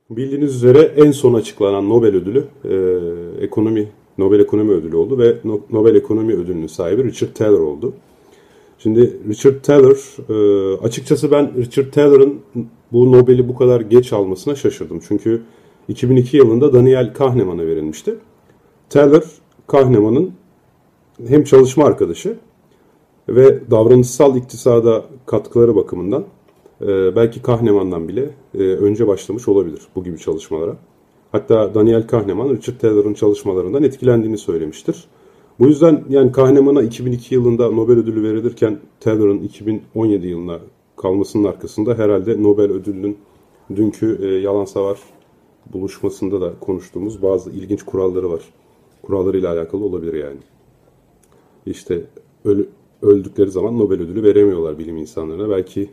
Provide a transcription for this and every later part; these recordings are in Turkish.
Bildiğiniz üzere en son açıklanan Nobel ödülü Nobel Ekonomi Ödülü oldu ve Nobel Ekonomi Ödülü'nün sahibi Richard Thaler oldu. Şimdi Richard Thaler, açıkçası ben Richard Thaler'ın bu Nobel'i bu kadar geç almasına şaşırdım. Çünkü 2002 yılında Daniel Kahneman'a verilmişti. Thaler, Kahneman'ın hem çalışma arkadaşı ve davranışsal iktisada katkıları bakımından belki Kahneman'dan bile önce başlamış olabilir bu gibi çalışmalara. Hatta Daniel Kahneman, Richard Thaler'ın çalışmalarından etkilendiğini söylemiştir. Bu yüzden yani Kahneman'a 2002 yılında Nobel ödülü verilirken Thaler'ın 2017 yılına kalmasının arkasında herhalde Nobel ödülünün dünkü yalansavar buluşmasında da konuştuğumuz bazı ilginç kuralları var. Kurallarıyla alakalı olabilir yani. İşte öldükleri zaman Nobel ödülü veremiyorlar bilim insanlarına.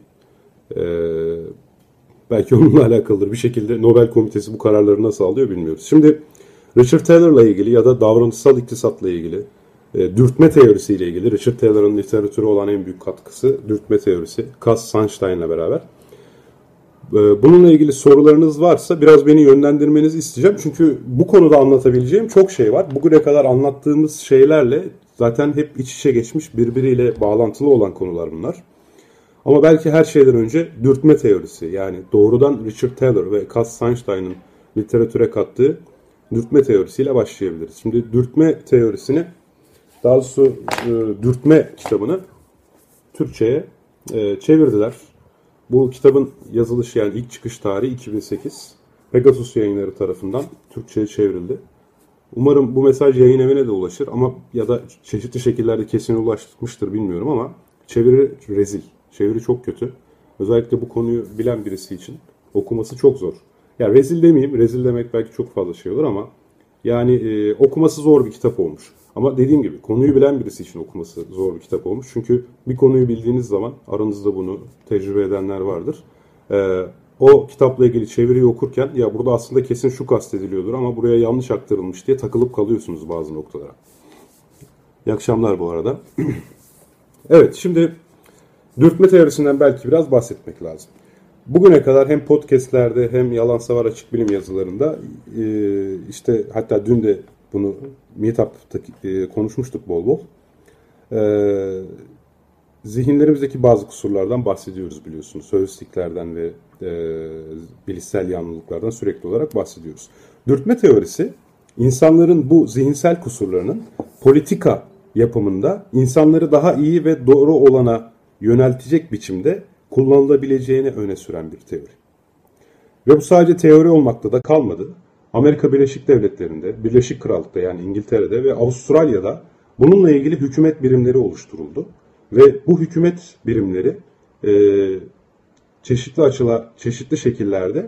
Belki onunla alakalıdır. Bir şekilde Nobel Komitesi bu kararları nasıl alıyor bilmiyoruz. Şimdi Richard Thaler'la ilgili ya da davranışsal iktisatla ilgili, dürtme teorisiyle ilgili, Richard Thaler'ın literatüre olan en büyük katkısı dürtme teorisi, Cass Sunstein'la beraber. Bununla ilgili sorularınız varsa biraz beni yönlendirmenizi isteyeceğim. Çünkü bu konuda anlatabileceğim çok şey var. Bugüne kadar anlattığımız şeylerle zaten hep iç içe geçmiş, birbiriyle bağlantılı olan konular bunlar. Ama belki her şeyden önce dürtme teorisi, yani doğrudan Richard Thaler ve Cass Sunstein'ın literatüre kattığı dürtme teorisiyle başlayabiliriz. Şimdi dürtme teorisini, daha doğrusu dürtme kitabını Türkçe'ye çevirdiler. Bu kitabın yazılışı, yani ilk çıkış tarihi 2008. Pegasus Yayınları tarafından Türkçe'ye çevrildi. Umarım bu mesaj yayın evine de ulaşır ama ya da çeşitli şekillerde kesin ulaşmıştır bilmiyorum ama çeviri rezil. Çeviri çok kötü. Özellikle bu konuyu bilen birisi için okuması çok zor. Ya rezil demeyeyim, rezil demek belki çok fazla şey olur ama yani okuması zor bir kitap olmuş. Ama dediğim gibi konuyu bilen birisi için okuması zor bir kitap olmuş. Çünkü bir konuyu bildiğiniz zaman, aranızda bunu tecrübe edenler vardır. O kitapla ilgili çeviriyi okurken ya burada aslında kesin şu kastediliyordur ama buraya yanlış aktarılmış diye takılıp kalıyorsunuz bazı noktalara. İyi akşamlar bu arada. Evet, şimdi dürtme teorisinden belki biraz bahsetmek lazım. Bugüne kadar hem podcastlerde hem yalansavar açık bilim yazılarında işte hatta dün de bunu Meetup'ta konuşmuştuk bol bol. Zihinlerimizdeki bazı kusurlardan bahsediyoruz biliyorsunuz. Sözlüklerden ve bilişsel yanlılıklardan sürekli olarak bahsediyoruz. Dürtme teorisi insanların bu zihinsel kusurlarının politika yapımında insanları daha iyi ve doğru olana yöneltecek biçimde kullanılabileceğini öne süren bir teori. Ve bu sadece teori olmakta da kalmadı. Amerika Birleşik Devletleri'nde, Birleşik Krallık'ta yani İngiltere'de ve Avustralya'da bununla ilgili hükümet birimleri oluşturuldu. Ve bu hükümet birimleri çeşitli şekillerde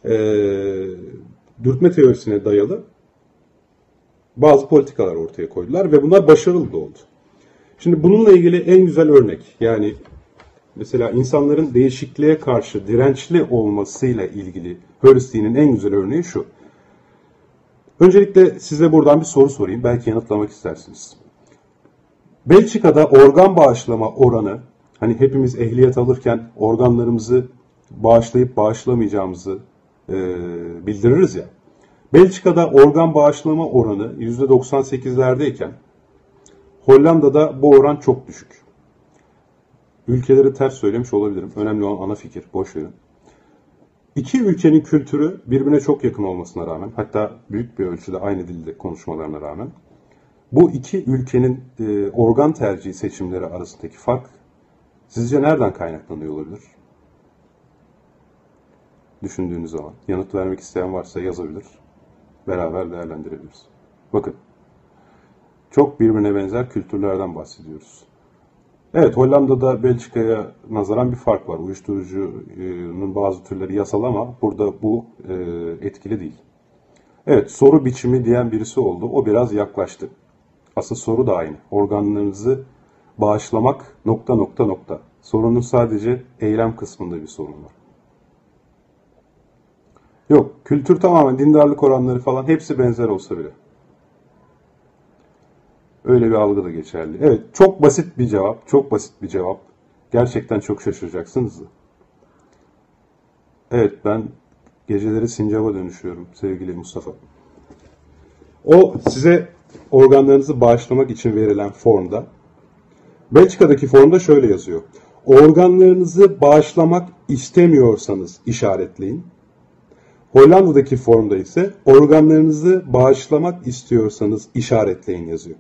dürtme teorisine dayalı bazı politikalar ortaya koydular ve bunlar başarılı da oldu. Şimdi bununla ilgili en güzel örnek, yani mesela insanların değişikliğe karşı dirençli olmasıyla ilgili Heuristiğinin en güzel örneği şu. Öncelikle size buradan bir soru sorayım. Belki yanıtlamak istersiniz. Belçika'da organ bağışlama oranı, hani hepimiz ehliyet alırken organlarımızı bağışlayıp bağışlamayacağımızı bildiririz ya. Belçika'da organ bağışlama oranı %98'lerdeyken Hollanda'da bu oran çok düşük. Ülkeleri ters söylemiş olabilirim. Önemli olan ana fikir. Boş verin. İki ülkenin kültürü birbirine çok yakın olmasına rağmen, hatta büyük bir ölçüde aynı dilde konuşmalarına rağmen, bu iki ülkenin organ tercihi seçimleri arasındaki fark sizce nereden kaynaklanıyor olabilir? Düşündüğünüz zaman. Yanıt vermek isteyen varsa yazabilir. Beraber değerlendirebiliriz. Bakın. Çok birbirine benzer kültürlerden bahsediyoruz. Evet, Hollanda'da Belçika'ya nazaran bir fark var. Uyuşturucunun bazı türleri yasal ama burada bu etkili değil. Evet, soru biçimi diyen birisi oldu. O biraz yaklaştı. Asıl soru da aynı. Organlarınızı bağışlamak ... Sorunun sadece eylem kısmında bir sorun var. Yok, kültür tamamen, dindarlık oranları falan hepsi benzer olsa bile. Öyle bir algı da geçerli. Evet, çok basit bir cevap, çok basit bir cevap. Gerçekten çok şaşıracaksınız. Evet, ben Geceleri sincaba dönüşüyorum sevgili Mustafa. O size organlarınızı bağışlamak için verilen formda, Belçika'daki formda şöyle yazıyor. Organlarınızı bağışlamak istemiyorsanız işaretleyin. Hollanda'daki formda ise organlarınızı bağışlamak istiyorsanız işaretleyin yazıyor.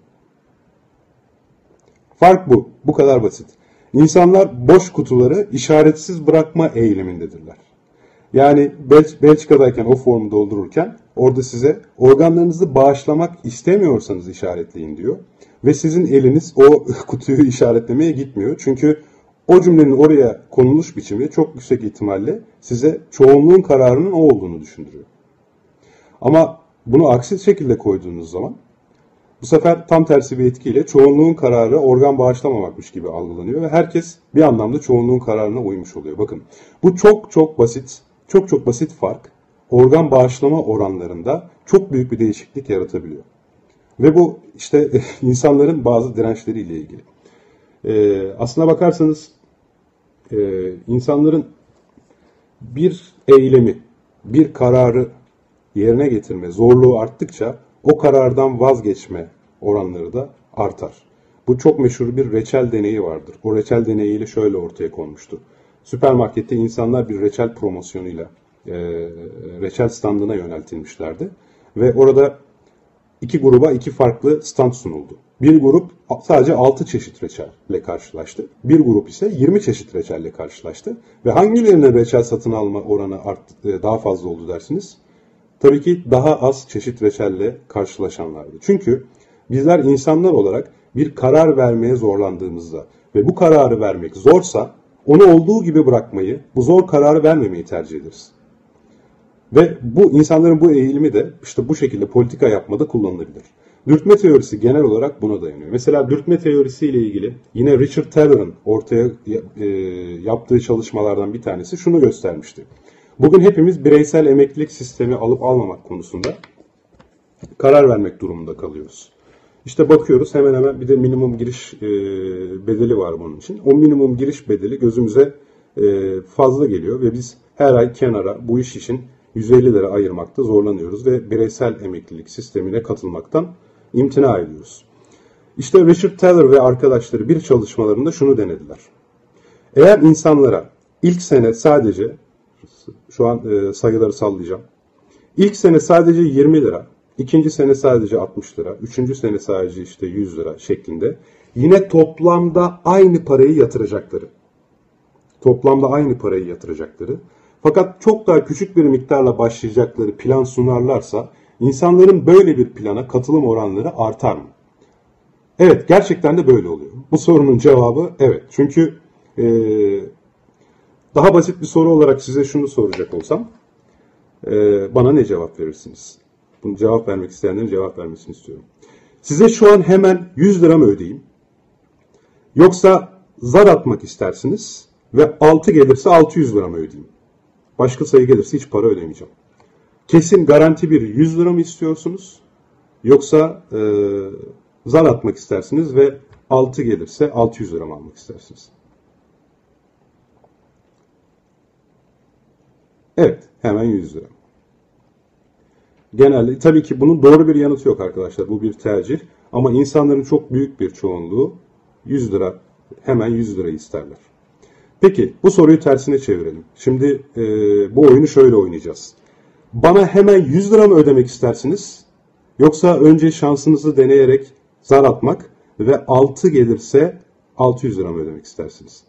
Fark bu. Bu kadar basit. İnsanlar boş kutuları işaretsiz bırakma eğilimindedirler. Yani Belçika'dayken o formu doldururken orada size organlarınızı bağışlamak istemiyorsanız işaretleyin diyor. Ve sizin eliniz o kutuyu işaretlemeye gitmiyor. Çünkü o cümlenin oraya konuluş biçimi çok yüksek ihtimalle size çoğunluğun kararının o olduğunu düşündürüyor. Ama bunu aksi şekilde koyduğunuz zaman bu sefer tam tersi bir etkiyle çoğunluğun kararı organ bağışlamamakmış gibi algılanıyor ve herkes bir anlamda çoğunluğun kararına uymuş oluyor. Bakın bu çok basit fark organ bağışlama oranlarında çok büyük bir değişiklik yaratabiliyor. Ve bu işte insanların bazı dirençleriyle ilgili. Aslına bakarsanız insanların bir eylemi, bir kararı yerine getirme zorluğu arttıkça o karardan vazgeçme oranları da artar. Bu çok meşhur bir reçel deneyi vardır. O reçel deneyiyle şöyle ortaya konmuştu. Süpermarkette insanlar bir reçel promosyonuyla reçel standına yöneltilmişlerdi. Ve orada iki gruba iki farklı stand sunuldu. Bir grup sadece 6 çeşit reçelle karşılaştı. Bir grup ise 20 çeşit reçelle karşılaştı. Ve hangilerinin reçel satın alma oranı daha fazla oldu dersiniz? Tabii ki daha az çeşit reçelle karşılaşanlardı. Çünkü bizler insanlar olarak bir karar vermeye zorlandığımızda ve bu kararı vermek zorsa onu olduğu gibi bırakmayı, bu zor kararı vermemeyi tercih ederiz. Ve bu insanların bu eğilimi de işte bu şekilde politika yapmada kullanılabilir. Dürtme teorisi genel olarak buna dayanıyor. Mesela dürtme teorisiyle ilgili yine Richard Thaler'ın ortaya yaptığı çalışmalardan bir tanesi şunu göstermişti. Bugün hepimiz bireysel emeklilik sistemi alıp almamak konusunda karar vermek durumunda kalıyoruz. İşte bakıyoruz hemen hemen bir de minimum giriş bedeli var bunun için. O minimum giriş bedeli gözümüze fazla geliyor ve biz her ay kenara bu iş için 150 lira ayırmakta zorlanıyoruz ve bireysel emeklilik sistemine katılmaktan imtina ediyoruz. İşte Richard Thaler ve arkadaşları bir çalışmalarında şunu denediler. Eğer insanlara ilk sene sadece, şu an sayıları sallayacağım, ilk sene sadece 20 lira, ikinci sene sadece 60 lira, üçüncü sene sadece işte 100 lira şeklinde yine toplamda aynı parayı yatıracakları. Fakat çok daha küçük bir miktarla başlayacakları plan sunarlarsa insanların böyle bir plana katılım oranları artar mı? Evet, gerçekten de böyle oluyor. Bu sorunun cevabı evet. Çünkü daha basit bir soru olarak size şunu soracak olsam bana ne cevap verirsiniz? Bunu cevap vermek isteyenlerin cevap vermesini istiyorum. Size şu an hemen 100 lira mı ödeyeyim? Yoksa zar atmak istersiniz ve 6 gelirse 600 lira mı ödeyeyim? Başka sayı gelirse hiç para ödemeyeceğim. Kesin garanti bir 100 lira mı istiyorsunuz? Yoksa zar atmak istersiniz ve 6 gelirse 600 lira mı almak istersiniz? Evet, hemen 100 lira. Genelde tabii ki bunun doğru bir yanıtı yok arkadaşlar. Bu bir tercih. Ama insanların çok büyük bir çoğunluğu 100 lira, hemen 100 lirayı isterler. Peki bu soruyu tersine çevirelim. Şimdi bu oyunu şöyle oynayacağız. Bana hemen 100 lira mı ödemek istersiniz? Yoksa önce şansınızı deneyerek zar atmak ve 6 gelirse 600 lira mı ödemek istersiniz?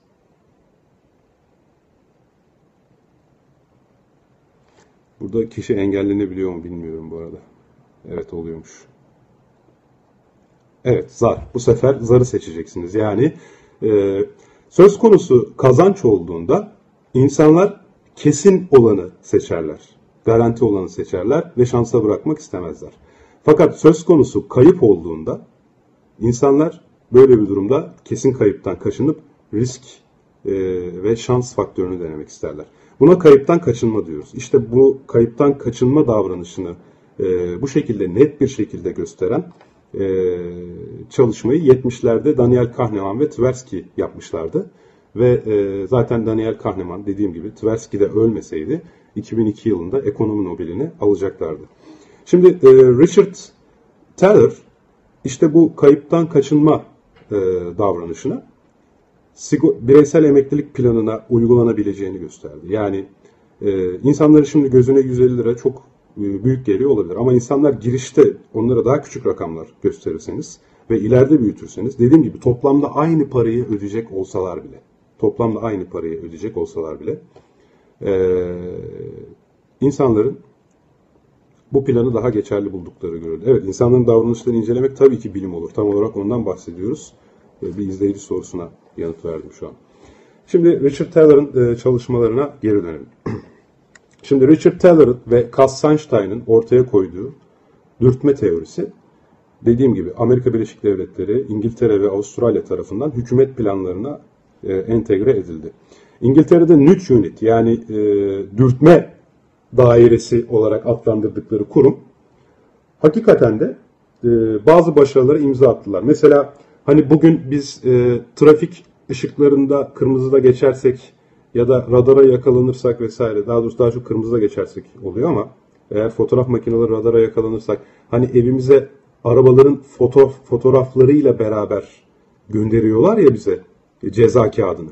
Burada kişi engellenebiliyor mu bilmiyorum bu arada. Evet, oluyormuş. Evet, zar. Bu sefer zarı seçeceksiniz. Yani söz konusu kazanç olduğunda insanlar kesin olanı seçerler. Garanti olanı seçerler ve şansa bırakmak istemezler. Fakat söz konusu kayıp olduğunda insanlar böyle bir durumda kesin kayıptan kaçınıp risk ve şans faktörünü denemek isterler. Buna kayıptan kaçınma diyoruz. İşte bu kayıptan kaçınma davranışını bu şekilde net bir şekilde gösteren çalışmayı 70'lerde Daniel Kahneman ve Tversky yapmışlardı. Ve zaten Daniel Kahneman dediğim gibi Tversky de ölmeseydi 2002 yılında ekonomi Nobel'ini alacaklardı. Şimdi Richard Thaler işte bu kayıptan kaçınma davranışını bireysel emeklilik planına uygulanabileceğini gösterdi. Yani insanların şimdi gözüne 150 lira çok büyük geliyor olabilir. Ama insanlar girişte onlara daha küçük rakamlar gösterirseniz ve ileride büyütürseniz, dediğim gibi toplamda aynı parayı ödeyecek olsalar bile insanların bu planı daha geçerli buldukları görüldü. Evet, insanların davranışlarını incelemek tabii ki bilim olur. Tam olarak ondan bahsediyoruz. Bir izleyici sorusuna yanıt verdim şu an. Şimdi Richard Thaler'ın çalışmalarına geri dönelim. Şimdi Richard Thaler'ın ve Cass Sunstein'ın ortaya koyduğu dürtme teorisi, dediğim gibi Amerika Birleşik Devletleri, İngiltere ve Avustralya tarafından hükümet planlarına entegre edildi. İngiltere'de Nudge Unit, yani dürtme dairesi olarak adlandırdıkları kurum hakikaten de bazı başarılara imza attılar. Mesela hani bugün biz trafik ışıklarında kırmızıda geçersek ya da radara yakalanırsak vesaire, daha doğrusu daha çok kırmızıda geçersek oluyor ama eğer fotoğraf makineleri radara yakalanırsak hani evimize arabaların fotoğraflarıyla beraber gönderiyorlar ya bize ceza kağıdını.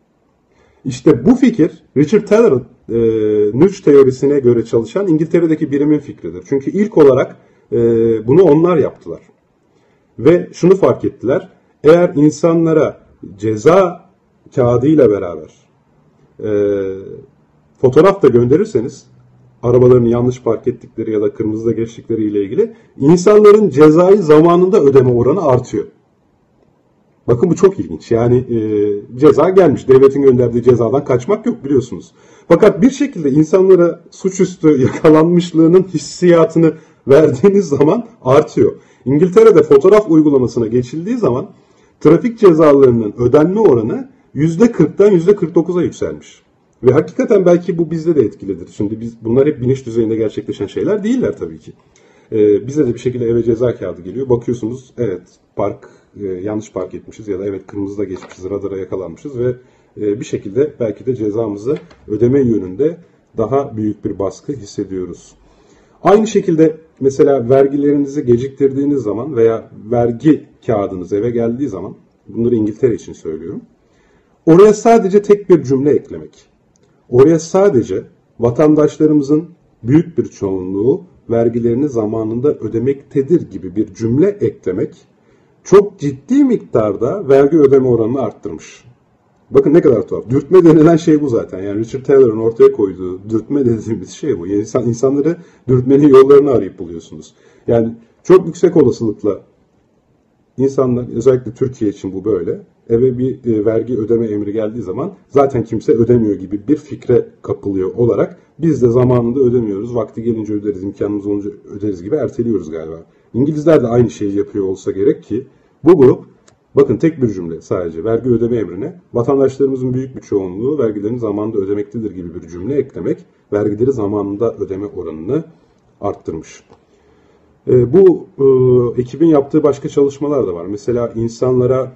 İşte bu fikir Richard Thaler'ın Nudge teorisine göre çalışan İngiltere'deki birimin fikridir. Çünkü ilk olarak bunu onlar yaptılar. Ve şunu fark ettiler. Eğer insanlara ceza kağıdıyla beraber fotoğraf da gönderirseniz, arabalarını yanlış park ettikleri ya da kırmızıda geçtikleri ile ilgili, insanların cezayı zamanında ödeme oranı artıyor. Bakın bu çok ilginç. Yani ceza gelmiş. Devletin gönderdiği cezadan kaçmak yok, biliyorsunuz. Fakat bir şekilde insanlara suçüstü yakalanmışlığının hissiyatını verdiğiniz zaman artıyor. İngiltere'de fotoğraf uygulamasına geçildiği zaman trafik cezalarının ödenme oranı %40'dan %49'a yükselmiş. Ve hakikaten belki bu bizde de etkilidir. Şimdi bunlar hep bilinç düzeyinde gerçekleşen şeyler değiller tabii ki. Bize de bir şekilde eve ceza kağıdı geliyor. Bakıyorsunuz, evet yanlış park etmişiz ya da evet kırmızıda geçmişiz, radara yakalanmışız ve bir şekilde belki de cezamızı ödeme yönünde daha büyük bir baskı hissediyoruz. Aynı şekilde mesela vergilerinizi geciktirdiğiniz zaman veya vergi kağıdınız eve geldiği zaman, bunları İngiltere için söylüyorum, oraya sadece tek bir cümle eklemek, oraya sadece vatandaşlarımızın büyük bir çoğunluğu vergilerini zamanında ödemektedir gibi bir cümle eklemek çok ciddi miktarda vergi ödeme oranını arttırmış. Bakın ne kadar tuhaf. Dürtme denilen şey bu zaten. Yani Richard Thaler'ın ortaya koyduğu dürtme dediğimiz şey bu. Yani insanları dürtmenin yollarını arayıp buluyorsunuz. Yani çok yüksek olasılıkla insanlar, özellikle Türkiye için bu böyle, eve bir vergi ödeme emri geldiği zaman zaten kimse ödemiyor gibi bir fikre kapılıyor olarak biz de zamanında ödemiyoruz, vakti gelince öderiz, imkanımız olunca öderiz gibi erteliyoruz galiba. İngilizler de aynı şeyi yapıyor olsa gerek ki bu grup, bakın tek bir cümle sadece vergi ödeme emrine vatandaşlarımızın büyük bir çoğunluğu vergilerini zamanında ödemektedir gibi bir cümle eklemek vergileri zamanında ödeme oranını arttırmış. Bu ekibin yaptığı başka çalışmalar da var. Mesela insanlara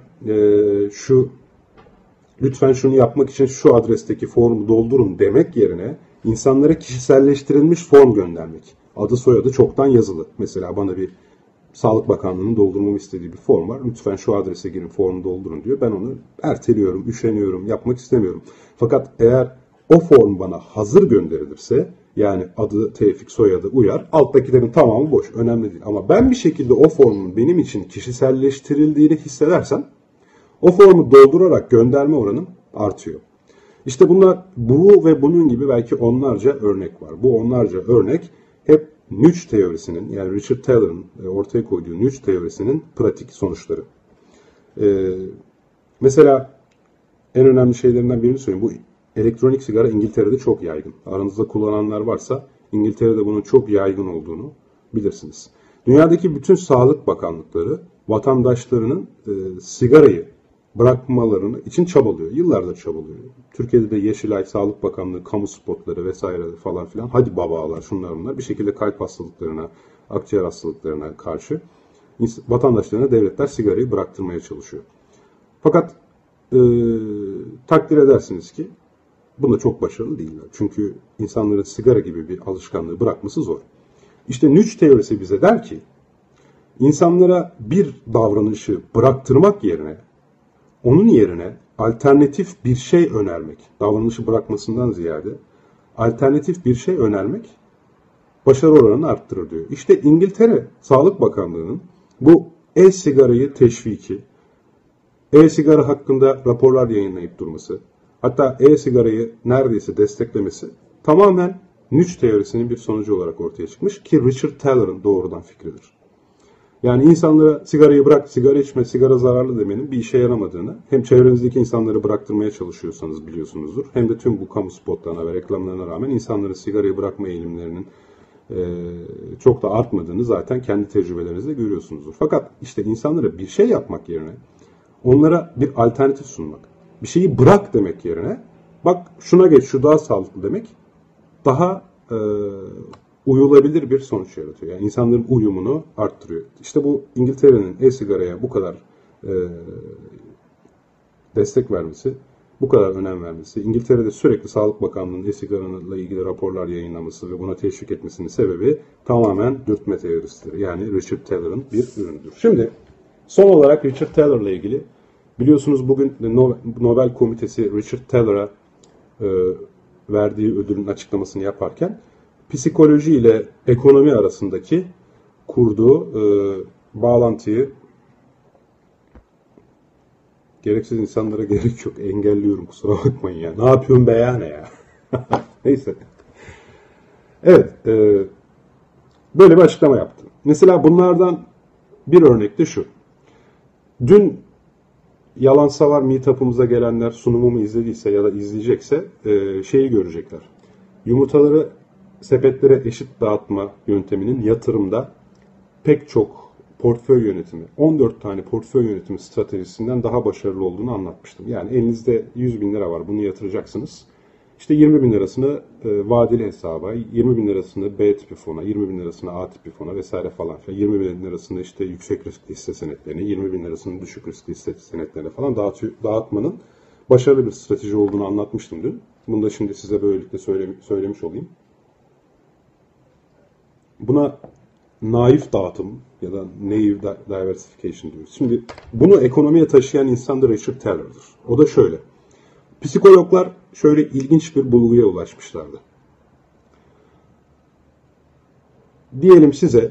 lütfen şunu yapmak için şu adresteki formu doldurun demek yerine insanlara kişiselleştirilmiş form göndermek. Adı soyadı çoktan yazılı. Mesela bana bir Sağlık Bakanlığı'nın doldurmamı istediği bir form var. Lütfen şu adrese girin, formu doldurun diyor. Ben onu erteliyorum, üşeniyorum, yapmak istemiyorum. Fakat eğer o form bana hazır gönderilirse, yani adı, Tevfik, soyadı uyar, alttakilerin tamamı boş, önemli değil. Ama ben bir şekilde o formun benim için kişiselleştirildiğini hissedersem, o formu doldurarak gönderme oranım artıyor. İşte bu ve bunun gibi belki onlarca örnek var. Bu onlarca örnek hep Nudge teorisinin, yani Richard Thaler'ın ortaya koyduğu Nudge teorisinin pratik sonuçları. Mesela en önemli şeylerinden birini söyleyeyim. Bu elektronik sigara İngiltere'de çok yaygın. Aranızda kullananlar varsa İngiltere'de bunun çok yaygın olduğunu bilirsiniz. Dünyadaki bütün sağlık bakanlıkları vatandaşlarının sigarayı bırakmalarını için çabalıyor. Yıllardır çabalıyor. Türkiye'de de Yeşilay, Sağlık Bakanlığı, kamu spotları vesaire falan filan, hadi babalar şunlar bunlar, bir şekilde kalp hastalıklarına, akciğer hastalıklarına karşı vatandaşlarına devletler sigarayı bıraktırmaya çalışıyor. Fakat takdir edersiniz ki bunda çok başarılı değiller. Çünkü insanların sigara gibi bir alışkanlığı bırakması zor. İşte Nudge teorisi bize der ki, insanlara bir davranışı bıraktırmak yerine, onun yerine alternatif bir şey önermek, davranışı bırakmasından ziyade alternatif bir şey önermek başarı oranını arttırır diyor. İşte İngiltere Sağlık Bakanlığı'nın bu e-sigarayı teşviki, e-sigara hakkında raporlar yayınlayıp durması, hatta e-sigarayı neredeyse desteklemesi tamamen Nudge teorisinin bir sonucu olarak ortaya çıkmış ki Richard Thaler'ın doğrudan fikridir. Yani insanlara sigarayı bırak, sigara içme, sigara zararlı demenin bir işe yaramadığını hem çevrenizdeki insanları bıraktırmaya çalışıyorsanız biliyorsunuzdur, hem de tüm bu kamu spotlarına ve reklamlarına rağmen insanların sigarayı bırakma eğilimlerinin çok da artmadığını zaten kendi tecrübelerinizde görüyorsunuzdur. Fakat işte insanlara bir şey yapmak yerine onlara bir alternatif sunmak, bir şeyi bırak demek yerine bak şuna geç, şu daha sağlıklı demek daha uyulabilir bir sonuç yaratıyor. Yani insanların uyumunu arttırıyor. İşte bu İngiltere'nin e-sigaraya bu kadar destek vermesi, bu kadar önem vermesi, İngiltere'de sürekli Sağlık Bakanlığı'nın e-sigaranla ilgili raporlar yayınlaması ve buna teşvik etmesinin sebebi tamamen dürtme teorisidir. Yani Richard Thaler'ın bir ürünüdür. Şimdi son olarak Richard Thaler'la ilgili biliyorsunuz bugün Nobel Komitesi Richard Thaler'a verdiği ödülün açıklamasını yaparken psikoloji ile ekonomi arasındaki kurduğu bağlantıyı gereksiz insanlara gerek yok. Engelliyorum, kusura bakmayın ya. Ne yapıyorum be ya, ne ya? Neyse. Evet. Böyle bir açıklama yaptı. Mesela bunlardan bir örnek de şu. Dün Yalan Savar Meetup'ımıza gelenler sunumumu izlediyse ya da izleyecekse şeyi görecekler. Yumurtaları sepetlere eşit dağıtma yönteminin yatırımda pek çok portföy yönetimi, 14 tane portföy yönetimi stratejisinden daha başarılı olduğunu anlatmıştım. Yani elinizde 100 bin lira var, bunu yatıracaksınız. İşte 20 bin lirasını vadeli hesaba, 20 bin lirasını B tipi fona, 20 bin lirasını A tipi fona vesaire falan filan. 20 bin lirasını işte yüksek riskli hisse senetlerine, 20 bin lirasını düşük riskli hisse senetlerine falan dağıtmanın başarılı bir strateji olduğunu anlatmıştım dün. Bunu da şimdi size böylelikle söylemiş olayım. Buna naif dağıtım ya da naive diversification diyoruz. Şimdi bunu ekonomiye taşıyan insan da Richard Thaler'dır. O da şöyle. Psikologlar şöyle ilginç bir bulguya ulaşmışlardı. Diyelim size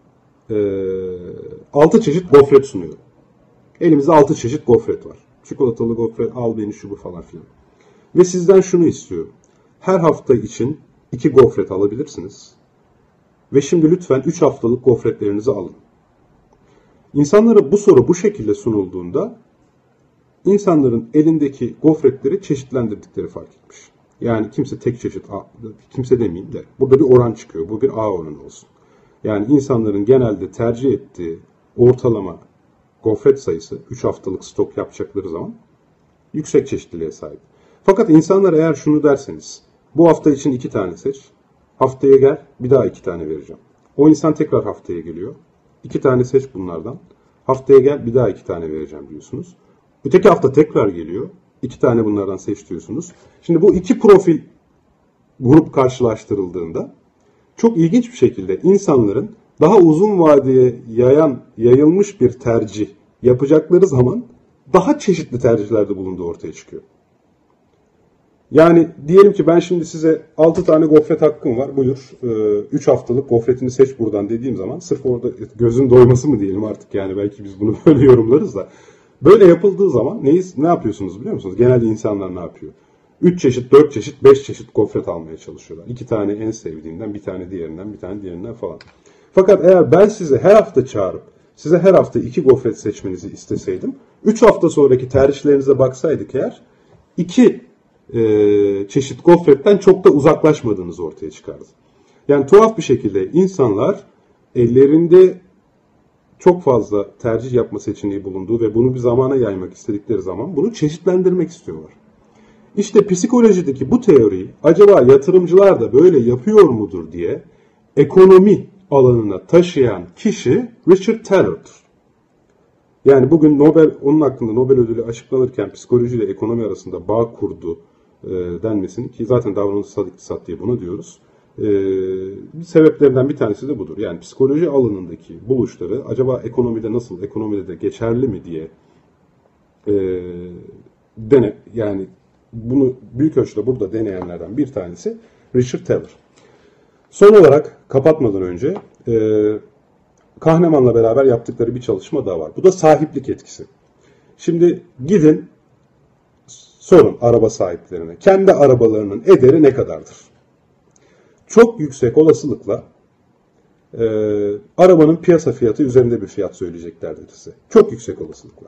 6 çeşit gofret sunuyor. Elimizde 6 çeşit gofret var. Çikolatalı gofret, al beni şu bu falan filan. Ve sizden şunu istiyorum. Her hafta için 2 gofret alabilirsiniz. Ve şimdi lütfen 3 haftalık gofretlerinizi alın. İnsanlara bu soru bu şekilde sunulduğunda insanların elindeki gofretleri çeşitlendirdikleri fark etmiş. Yani kimse tek çeşit, kimse demeyeyim de burada bir oran çıkıyor. Bu bir A oranı olsun. Yani insanların genelde tercih ettiği ortalama gofret sayısı 3 haftalık stok yapacakları zaman yüksek çeşitliliğe sahip. Fakat insanlar eğer şunu derseniz, bu hafta için 2 tane seç, haftaya gel bir daha 2 tane vereceğim. O insan tekrar haftaya geliyor. 2 tane seç bunlardan. Haftaya gel bir daha 2 tane vereceğim diyorsunuz. Öteki hafta tekrar geliyor. 2 tane bunlardan seç diyorsunuz. Şimdi bu 2 profil grup karşılaştırıldığında çok ilginç bir şekilde insanların daha uzun vadeye yayılmış bir tercih yapacakları zaman daha çeşitli tercihlerde bulunduğu ortaya çıkıyor. Yani diyelim ki ben şimdi size 6 tane gofret hakkım var. Buyur 3 haftalık gofretini seç buradan dediğim zaman sırf orada gözün doyması mı diyelim artık, yani belki biz bunu böyle yorumlarız da. Böyle yapıldığı zaman ne yapıyorsunuz biliyor musunuz? Genelde insanlar ne yapıyor? 3 çeşit, 4 çeşit, 5 çeşit gofret almaya çalışıyorlar. 2 tane en sevdiğinden, bir tane diğerinden, bir tane diğerinden falan. Fakat eğer ben size her hafta çağırıp size her hafta 2 gofret seçmenizi isteseydim, 3 hafta sonraki tercihlerinize baksaydık eğer 2 çeşit gofretten çok da uzaklaşmadığınız ortaya çıkardı. Yani tuhaf bir şekilde insanlar ellerinde çok fazla tercih yapma seçeneği bulunduğu ve bunu bir zamana yaymak istedikleri zaman bunu çeşitlendirmek istiyorlar. İşte psikolojideki bu teoriyi acaba yatırımcılar da böyle yapıyor mudur diye ekonomi alanına taşıyan kişi Richard Thaler'dır. Yani bugün onun hakkında Nobel ödülü açıklanırken psikoloji ile ekonomi arasında bağ kurdu denmesinin, ki zaten davranışsal iktisat diye buna diyoruz. Sebeplerinden bir tanesi de budur. Yani psikoloji alanındaki buluşları acaba ekonomide nasıl, ekonomide de geçerli mi diye yani bunu büyük ölçüde burada deneyenlerden bir tanesi Richard Thaler. Son olarak kapatmadan önce Kahneman'la beraber yaptıkları bir çalışma daha var. Bu da sahiplik etkisi. Şimdi gidin sorun araba sahiplerine. Kendi arabalarının ederi ne kadardır? Çok yüksek olasılıkla arabanın piyasa fiyatı üzerinde bir fiyat söyleyeceklerdir size. Çok yüksek olasılıkla.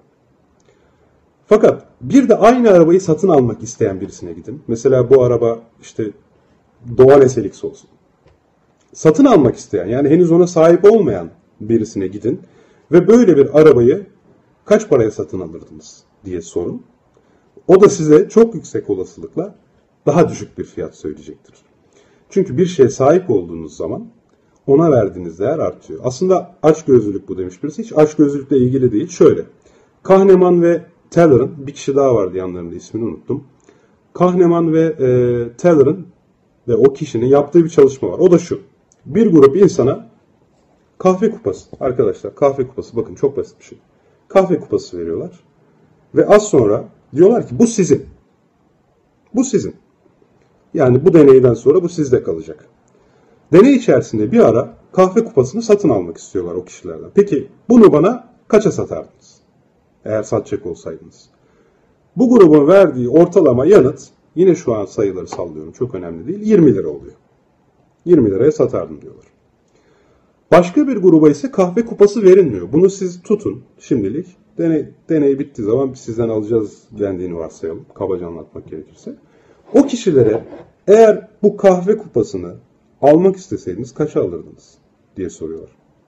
Fakat bir de aynı arabayı satın almak isteyen birisine gidin. Mesela bu araba işte Doğan SLX olsun. Satın almak isteyen, yani henüz ona sahip olmayan birisine gidin ve böyle bir arabayı kaç paraya satın alırdınız diye sorun. O da size çok yüksek olasılıkla daha düşük bir fiyat söyleyecektir. Çünkü bir şeye sahip olduğunuz zaman ona verdiğiniz değer artıyor. Aslında açgözlülük bu demiş birisi. Hiç açgözlülükle ilgili değil. Şöyle, Kahneman ve Thaler'ın, bir kişi daha vardı yanlarında, ismini unuttum. Kahneman ve Thaler'ın ve o kişinin yaptığı bir çalışma var. O da şu. Bir grup insana kahve kupası, arkadaşlar kahve kupası, bakın çok basit bir şey. Kahve kupası veriyorlar ve az sonra diyorlar ki bu sizin. Bu sizin. Yani bu deneyden sonra bu sizde kalacak. Deney içerisinde bir ara kahve kupasını satın almak istiyorlar o kişilerden. Peki bunu bana kaça satardınız? Eğer satacak olsaydınız. Bu grubun verdiği ortalama yanıt, yine şu an sayıları sallıyorum, çok önemli değil, 20 lira oluyor. 20 liraya satardım diyorlar. Başka bir gruba ise kahve kupası verilmiyor. Bunu siz tutun şimdilik. Deney bittiği zaman biz sizden alacağız dendiğini varsayalım. Kabaca anlatmak gerekirse. O kişilere eğer bu kahve kupasını almak isteseydiniz kaça alırdınız diye soruyorlar.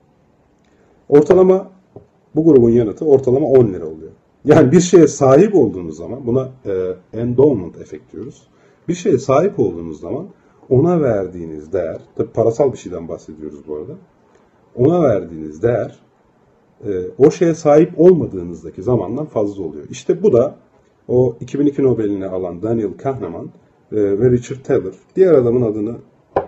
Ortalama bu grubun yanıtı ortalama 10 lira oluyor. Yani bir şeye sahip olduğunuz zaman, buna endowment efekt diyoruz. Bir şeye sahip olduğunuz zaman ona verdiğiniz değer, tabii parasal bir şeyden bahsediyoruz bu arada. Ona verdiğiniz değer o şeye sahip olmadığınızdaki zamandan fazla oluyor. İşte bu da o 2002 Nobel'ini alan Daniel Kahneman ve Richard Thaler, diğer adamın adını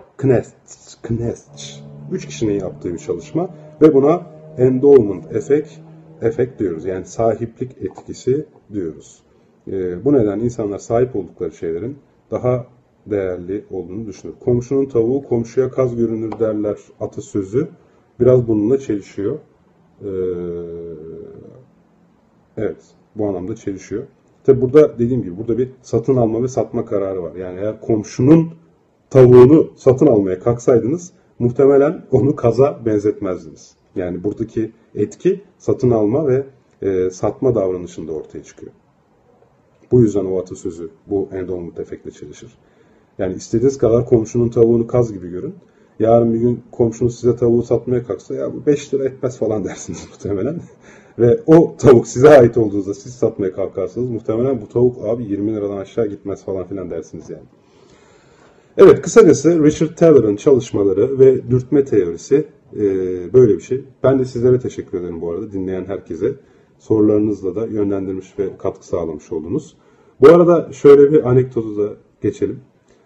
Knest, 3 kişinin yaptığı bir çalışma ve buna endowment efekt diyoruz. Yani sahiplik etkisi diyoruz. Bu nedenle insanlar sahip oldukları şeylerin daha değerli olduğunu düşünür. Komşunun tavuğu komşuya kaz görünür derler atasözü. Biraz bununla çelişiyor. Evet, bu anlamda çelişiyor. Tabi burada dediğim gibi burada bir satın alma ve satma kararı var. Yani eğer komşunun tavuğunu satın almaya kalksaydınız muhtemelen onu kaza benzetmezdiniz. Yani buradaki etki satın alma ve satma davranışında ortaya çıkıyor. Bu yüzden o atasözü bu endowment efektle çelişir. Yani istediğiniz kadar komşunun tavuğunu kaz gibi görün. Yarın bir gün komşunuz size tavuğu satmaya kalksa ya bu 5 lira etmez falan dersiniz muhtemelen. Ve o tavuk size ait olduğunuzda siz satmaya kalkarsanız muhtemelen bu tavuk abi 20 liradan aşağı gitmez falan filan dersiniz yani. Evet, kısacası Richard Thaler'ın çalışmaları ve dürtme teorisi böyle bir şey. Ben de sizlere teşekkür ederim bu arada, dinleyen herkese. Sorularınızla da yönlendirmiş ve katkı sağlamış oldunuz. Bu arada şöyle bir anekdotu da geçelim.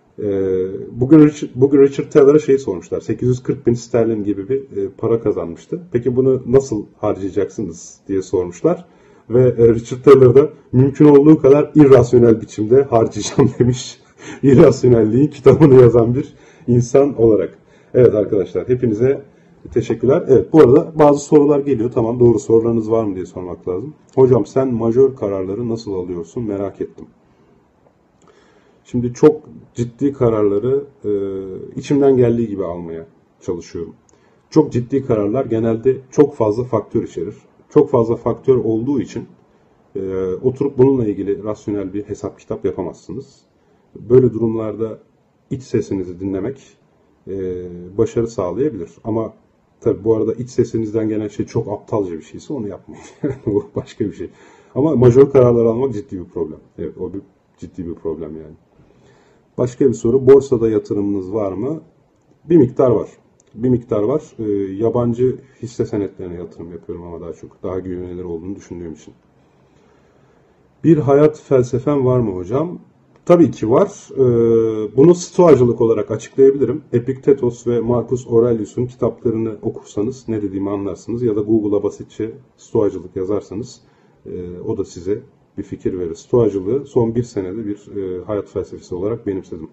Bugün Richard Thaler'a şey sormuşlar. 840 bin sterlin gibi bir para kazanmıştı. Peki bunu nasıl harcayacaksınız diye sormuşlar. Ve Richard Thaler da mümkün olduğu kadar irrasyonel biçimde harcayacağım demiş. İrrasyonelliğin kitabını yazan bir insan olarak. Evet arkadaşlar, hepinize teşekkürler. Evet, bu arada bazı sorular geliyor. Tamam, doğru, sorularınız var mı diye sormak lazım. Hocam sen majör kararları nasıl alıyorsun merak ettim. Şimdi çok ciddi kararları içimden geldiği gibi almaya çalışıyorum. Çok ciddi kararlar genelde çok fazla faktör içerir. Çok fazla faktör olduğu için oturup bununla ilgili rasyonel bir hesap kitap yapamazsınız. Böyle durumlarda iç sesinizi dinlemek başarı sağlayabilir. Ama tabii bu arada iç sesinizden gelen şey çok aptalca bir şeyse onu yapmayın. O başka bir şey. Ama majör kararlar almak ciddi bir problem. Evet, o ciddi bir problem yani. Başka bir soru. Borsada yatırımınız var mı? Bir miktar var. Bir miktar var. Yabancı hisse senetlerine yatırım yapıyorum ama daha çok. Daha güvenilir olduğunu düşündüğüm için. Bir hayat felsefen var mı hocam? Tabii ki var. Bunu stoacılık olarak açıklayabilirim. Epiktetos ve Marcus Aurelius'un kitaplarını okursanız ne dediğimi anlarsınız. Ya da Google'a basitçe stoacılık yazarsanız o da size bir fikir verir. Stoacılığı son bir senede bir hayat felsefesi olarak benimsedim.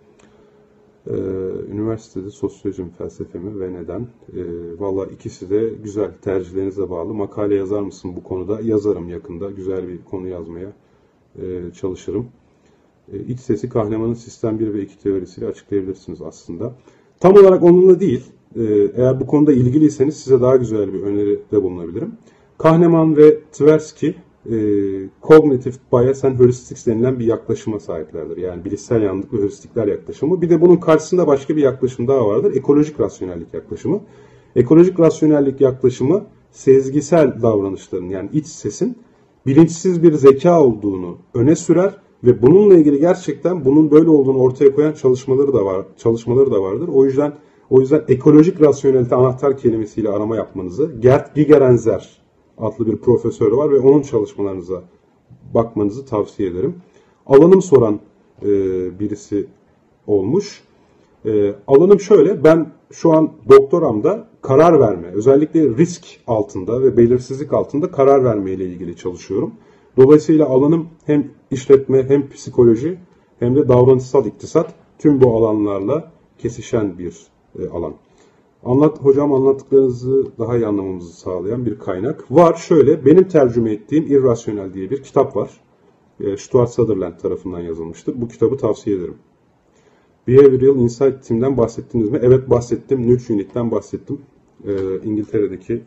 Üniversitede sosyoloji mi, felsefe mi ve neden? Valla ikisi de güzel. Tercihlerinize bağlı. Makale yazar mısın bu konuda? Yazarım yakında. Güzel bir konu yazmaya çalışırım. İç sesi Kahneman'ın sistem 1 ve 2 teorisiyle açıklayabilirsiniz aslında. Tam olarak onunla değil. Eğer bu konuda ilgiliyseniz size daha güzel bir öneride bulunabilirim. Kahneman ve Tversky Cognitive Bias and Heuristics denilen bir yaklaşıma sahiplerdir. Yani bilişsel yanlılık ve heuristikler yaklaşımı. Bir de bunun karşısında başka bir yaklaşım daha vardır. Ekolojik rasyonellik yaklaşımı. Ekolojik rasyonellik yaklaşımı sezgisel davranışların yani iç sesin bilinçsiz bir zeka olduğunu öne sürer ve bununla ilgili gerçekten bunun böyle olduğunu ortaya koyan çalışmaları da vardır. O yüzden ekolojik rasyonelite anahtar kelimesiyle arama yapmanızı Gerd Gigerenzer adlı bir profesör var ve onun çalışmalarınıza bakmanızı tavsiye ederim. Alanım soran birisi olmuş. Alanım şöyle, ben şu an doktoramda karar verme, özellikle risk altında ve belirsizlik altında karar verme ile ilgili çalışıyorum. Dolayısıyla alanım hem işletme hem psikoloji hem de davranışsal iktisat tüm bu alanlarla kesişen bir alan. Hocam anlattıklarınızı daha iyi anlamamızı sağlayan bir kaynak var. Şöyle, benim tercüme ettiğim İrrasyonel diye bir kitap var. Stuart Sutherland tarafından yazılmıştır. Bu kitabı tavsiye ederim. Behavioral Insight Team'den bahsettiniz mi? Evet bahsettim. Nudge Unit'ten bahsettim. İngiltere'deki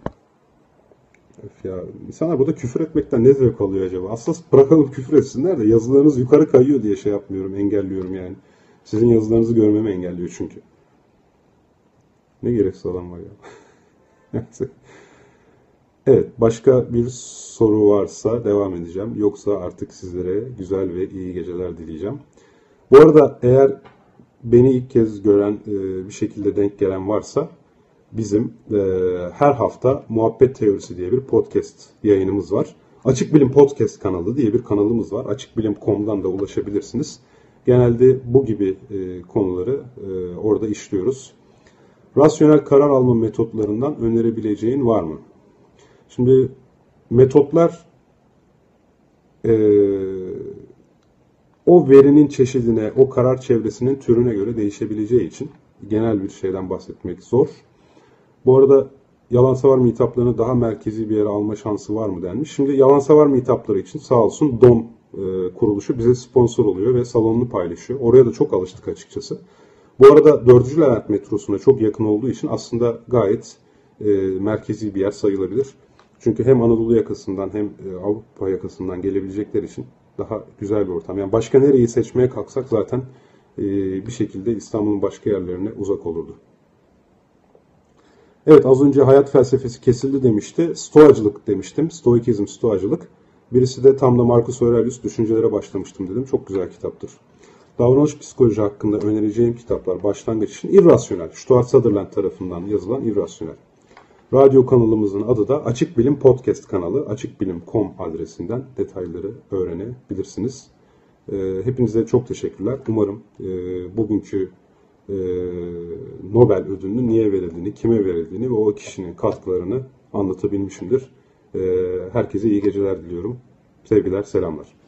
ya insanlar burada küfür etmekten ne zevk alıyor acaba? Aslında bırakalım küfür etsinler de yazılarınız yukarı kayıyor diye şey yapmıyorum, engelliyorum yani. Sizin yazılarınızı görmemi engelliyor çünkü. Ne gereksiz adam var ya. Evet, başka bir soru varsa devam edeceğim. Yoksa artık sizlere güzel ve iyi geceler dileyeceğim. Bu arada eğer beni ilk kez gören, bir şekilde denk gelen varsa bizim her hafta Muhabbet Teorisi diye bir podcast yayınımız var. Açık Bilim Podcast kanalı diye bir kanalımız var. Açıkbilim.com'dan da ulaşabilirsiniz. Genelde bu gibi konuları orada işliyoruz. Rasyonel karar alma metotlarından önerebileceğin var mı? Şimdi metotlar o verinin çeşidine, o karar çevresinin türüne göre değişebileceği için genel bir şeyden bahsetmek zor. Bu arada yalansavar meetuplarını daha merkezi bir yere alma şansı var mı denmiş. Şimdi yalansavar meetupları için sağ olsun DOM kuruluşu bize sponsor oluyor ve salonunu paylaşıyor. Oraya da çok alıştık açıkçası. Bu arada 4. Levent metrosuna çok yakın olduğu için aslında gayet merkezi bir yer sayılabilir. Çünkü hem Anadolu yakasından hem Avrupa yakasından gelebilecekler için daha güzel bir ortam. Yani başka nereyi seçmeye kalksak zaten bir şekilde İstanbul'un başka yerlerine uzak olurdu. Evet, az önce hayat felsefesi kesildi demişti. Stoacılık demiştim. Stoikizm, stoacılık. Birisi de tam da Marcus Aurelius düşüncelere başlamıştım dedim. Çok güzel kitaptır. Davranış psikoloji hakkında önereceğim kitaplar başlangıç için İrrasyonel. Stuart Sutherland tarafından yazılan İrrasyonel. Radyo kanalımızın adı da Açık Bilim Podcast kanalı. Açıkbilim.com adresinden detayları öğrenebilirsiniz. Hepinize çok teşekkürler. Umarım bugünkü Nobel ödülünün niye verildiğini, kime verildiğini ve o kişinin katkılarını anlatabilmişimdir. Herkese iyi geceler diliyorum. Sevgiler, selamlar.